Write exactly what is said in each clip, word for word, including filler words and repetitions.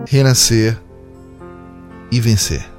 renascer e vencer.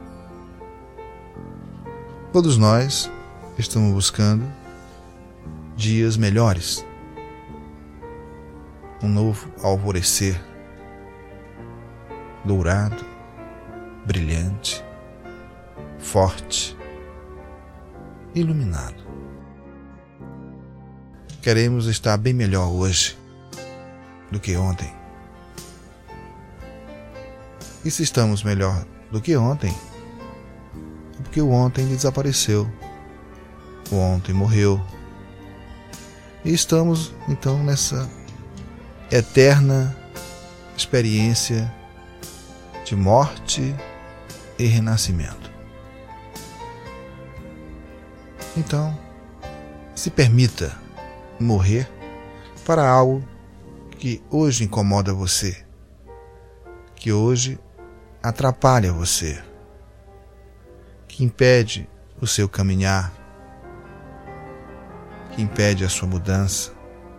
Todos nós estamos buscando dias melhores, um novo alvorecer, dourado, brilhante, forte, iluminado. Queremos estar bem melhor hoje do que ontem. E se estamos melhor do que ontem, é porque o ontem desapareceu, o ontem morreu. E estamos, então, nessa eterna experiência de morte e renascimento. Então, se permita morrer para algo que hoje incomoda você, que hoje atrapalha você, que impede o seu caminhar, que impede a sua mudança,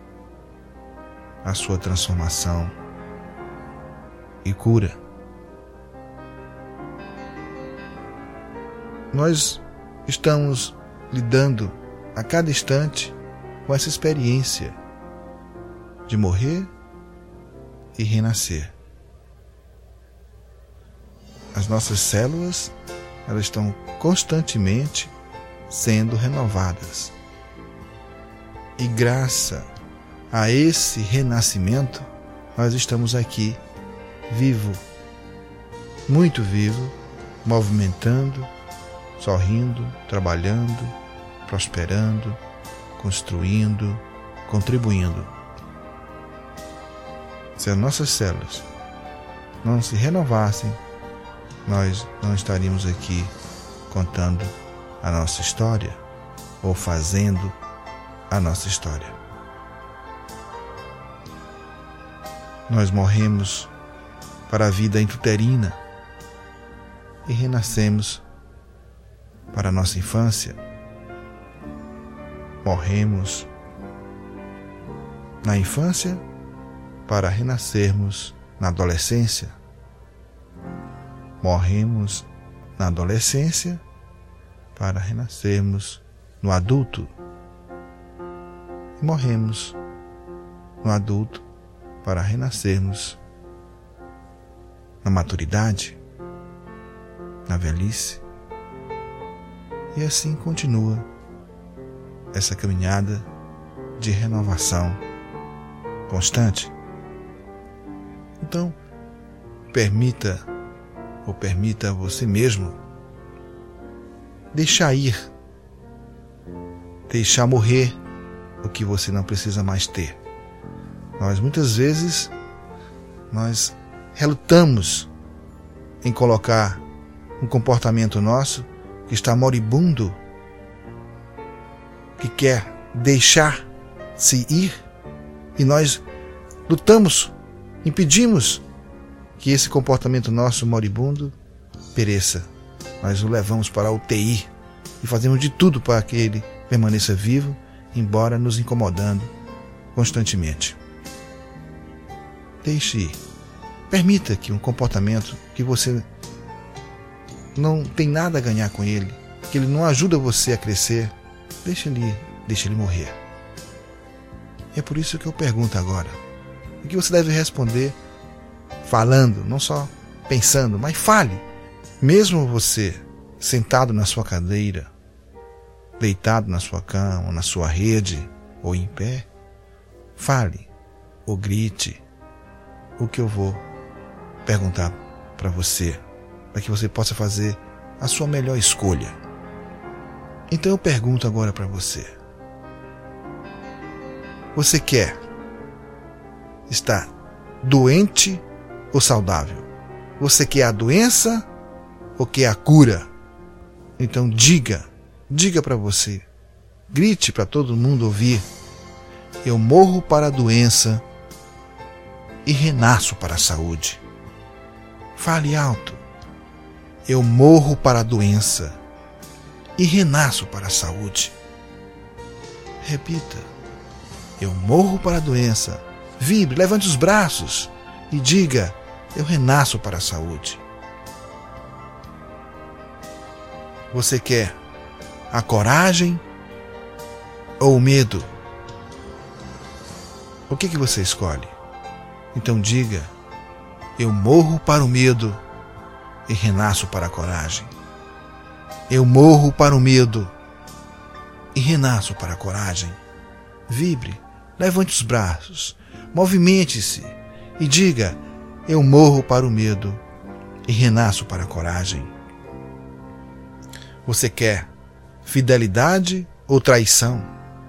a sua transformação e cura. Nós estamos lidando a cada instante com essa experiência de morrer e renascer. As nossas células, elas estão constantemente sendo renovadas. E graças a esse renascimento, nós estamos aqui, vivo, muito vivo, movimentando, sorrindo, trabalhando, prosperando, construindo, contribuindo. Se as nossas células não se renovassem, nós não estaríamos aqui contando a nossa história ou fazendo a nossa história. Nós morremos para a vida intrauterina e renascemos para a nossa infância. Morremos na infância para renascermos na adolescência. Morremos na adolescência para renascermos no adulto. E morremos no adulto para renascermos na maturidade, na velhice. E assim continua essa caminhada de renovação constante. Então, permita ou permita a você mesmo deixar ir, deixar morrer o que você não precisa mais ter. Nós muitas vezes nós relutamos em colocar um comportamento nosso que está moribundo, que quer deixar-se ir, e nós lutamos, impedimos que esse comportamento nosso moribundo pereça. Nós o levamos para a U T I e fazemos de tudo para que ele permaneça vivo, embora nos incomodando constantemente. Deixe ir. Permita que um comportamento que você não tem nada a ganhar com ele, que ele não ajuda você a crescer, deixe ele ir, deixe ele morrer. E é por isso que eu pergunto agora, o que você deve responder falando, não só pensando, mas fale. Mesmo você sentado na sua cadeira, deitado na sua cama, ou na sua rede, ou em pé, fale ou grite o que eu vou perguntar para você, para que você possa fazer a sua melhor escolha. Então eu pergunto agora para você: você quer estar doente ou saudável? Você quer a doença ou quer a cura? Então diga, diga para você, grite para todo mundo ouvir: eu morro para a doença e renasço para a saúde. Fale alto: eu morro para a doença e renasço para a saúde. Repita: eu morro para a doença. Vibre, levante os braços e diga: eu renasço para a saúde. Você quer a coragem ou o medo? O que que você escolhe? Então diga: eu morro para o medo e renasço para a coragem. Eu morro para o medo e renasço para a coragem. Vibre, levante os braços, movimente-se e diga: eu morro para o medo e renasço para a coragem. Você quer fidelidade ou traição?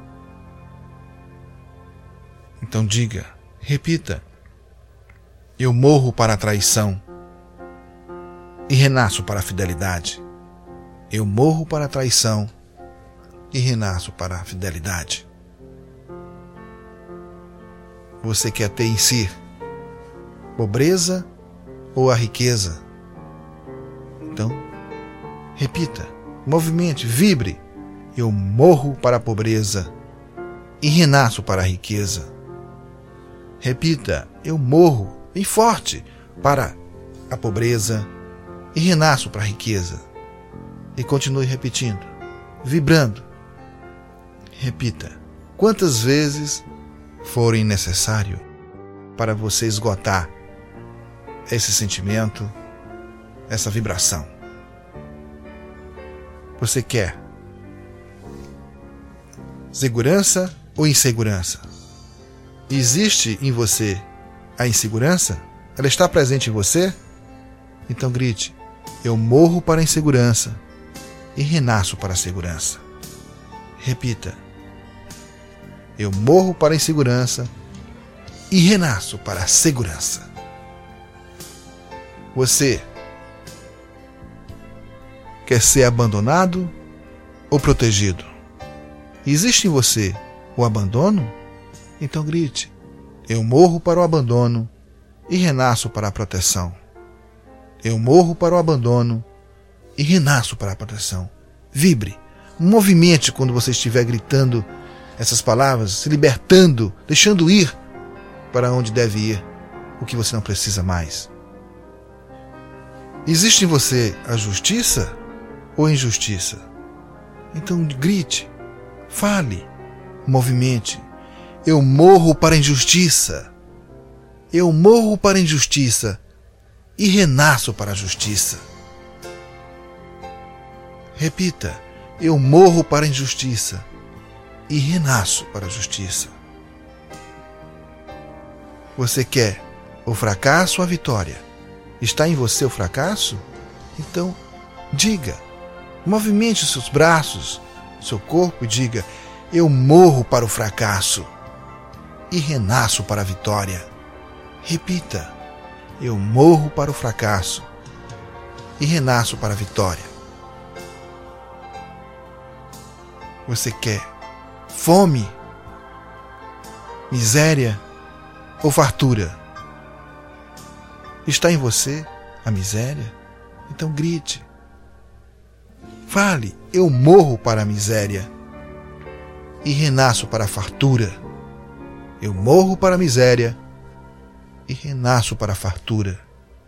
Então diga, repita: eu morro para a traição e renasço para a fidelidade. Eu morro para a traição e renasço para a fidelidade. Você quer ter em si pobreza ou a riqueza? Então, repita, movimente, vibre: eu morro para a pobreza e renasço para a riqueza. Repita: eu morro bem forte para a pobreza e renasço para a riqueza. E continue repetindo, vibrando. Repita quantas vezes forem necessário para você esgotar esse sentimento, essa vibração. Você quer segurança ou insegurança? Existe em você a insegurança? Ela está presente em você? Então grite: eu morro para a insegurança e renasço para a segurança. Repita: eu morro para a insegurança e renasço para a segurança. Você quer ser abandonado ou protegido? Existe em você o abandono? Então grite: eu morro para o abandono e renasço para a proteção. Eu morro para o abandono e renasço para a proteção. Vibre, movimente quando você estiver gritando essas palavras, se libertando, deixando ir para onde deve ir o que você não precisa mais. Existe em você a justiça ou a injustiça? Então grite, fale, movimente: eu morro para a injustiça. Eu morro para a injustiça e renasço para a justiça. Repita: eu morro para a injustiça e renasço para a justiça. Você quer o fracasso ou a vitória? Está em você o fracasso? Então diga, movimente os seus braços, seu corpo e diga: eu morro para o fracasso e renasço para a vitória. Repita: eu morro para o fracasso e renasço para a vitória. Você quer fome, miséria ou fartura? Está em você a miséria? Então grite, fale: eu morro para a miséria e renasço para a fartura. Eu morro para a miséria e renasço para a fartura.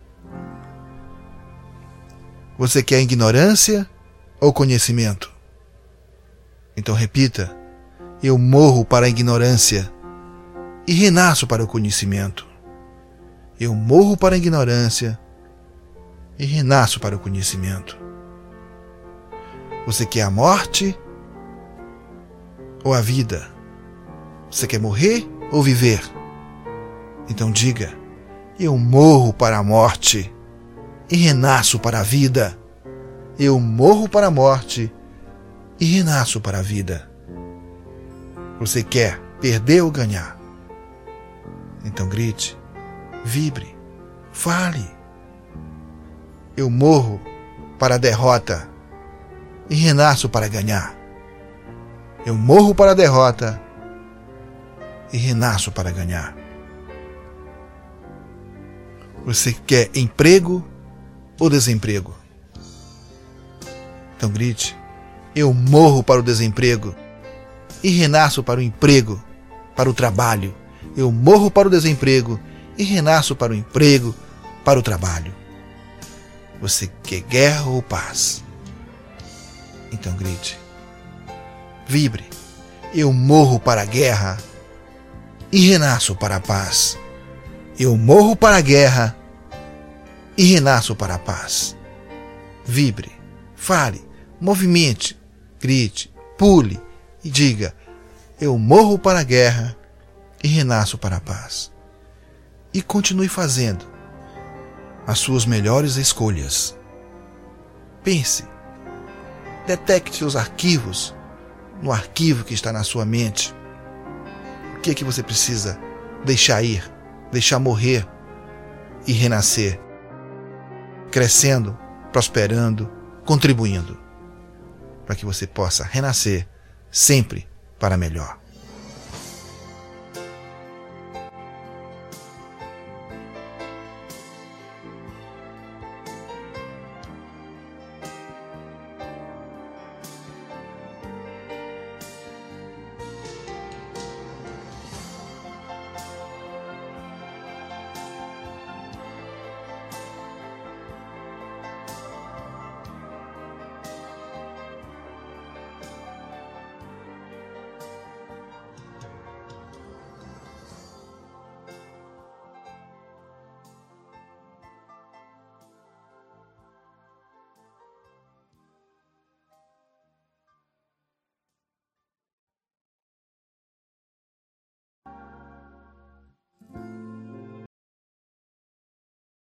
Você quer ignorância ou conhecimento? Então repita: eu morro para a ignorância e renasço para o conhecimento. Eu morro para a ignorância e renasço para o conhecimento. Você quer a morte ou a vida? Você quer morrer ou viver? Então diga: eu morro para a morte e renasço para a vida. Eu morro para a morte e renasço para a vida. Você quer perder ou ganhar? Então grite, vibre, fale: eu morro para a derrota e renasço para ganhar. Eu morro para a derrota e renasço para ganhar. Você quer emprego ou desemprego? Então grite: eu morro para o desemprego e renasço para o emprego, para o trabalho. Eu morro para o desemprego e renasço para o emprego, para o trabalho. Você quer guerra ou paz? Então grite. Vibre. Eu morro para a guerra e renasço para a paz. Eu morro para a guerra e renasço para a paz. Vibre, fale, movimente, grite, pule e diga: eu morro para a guerra e renasço para a paz. E continue fazendo as suas melhores escolhas. Pense, detecte seus arquivos no arquivo que está na sua mente. O que é que você precisa deixar ir, deixar morrer e renascer, crescendo, prosperando, contribuindo, para que você possa renascer sempre para melhor.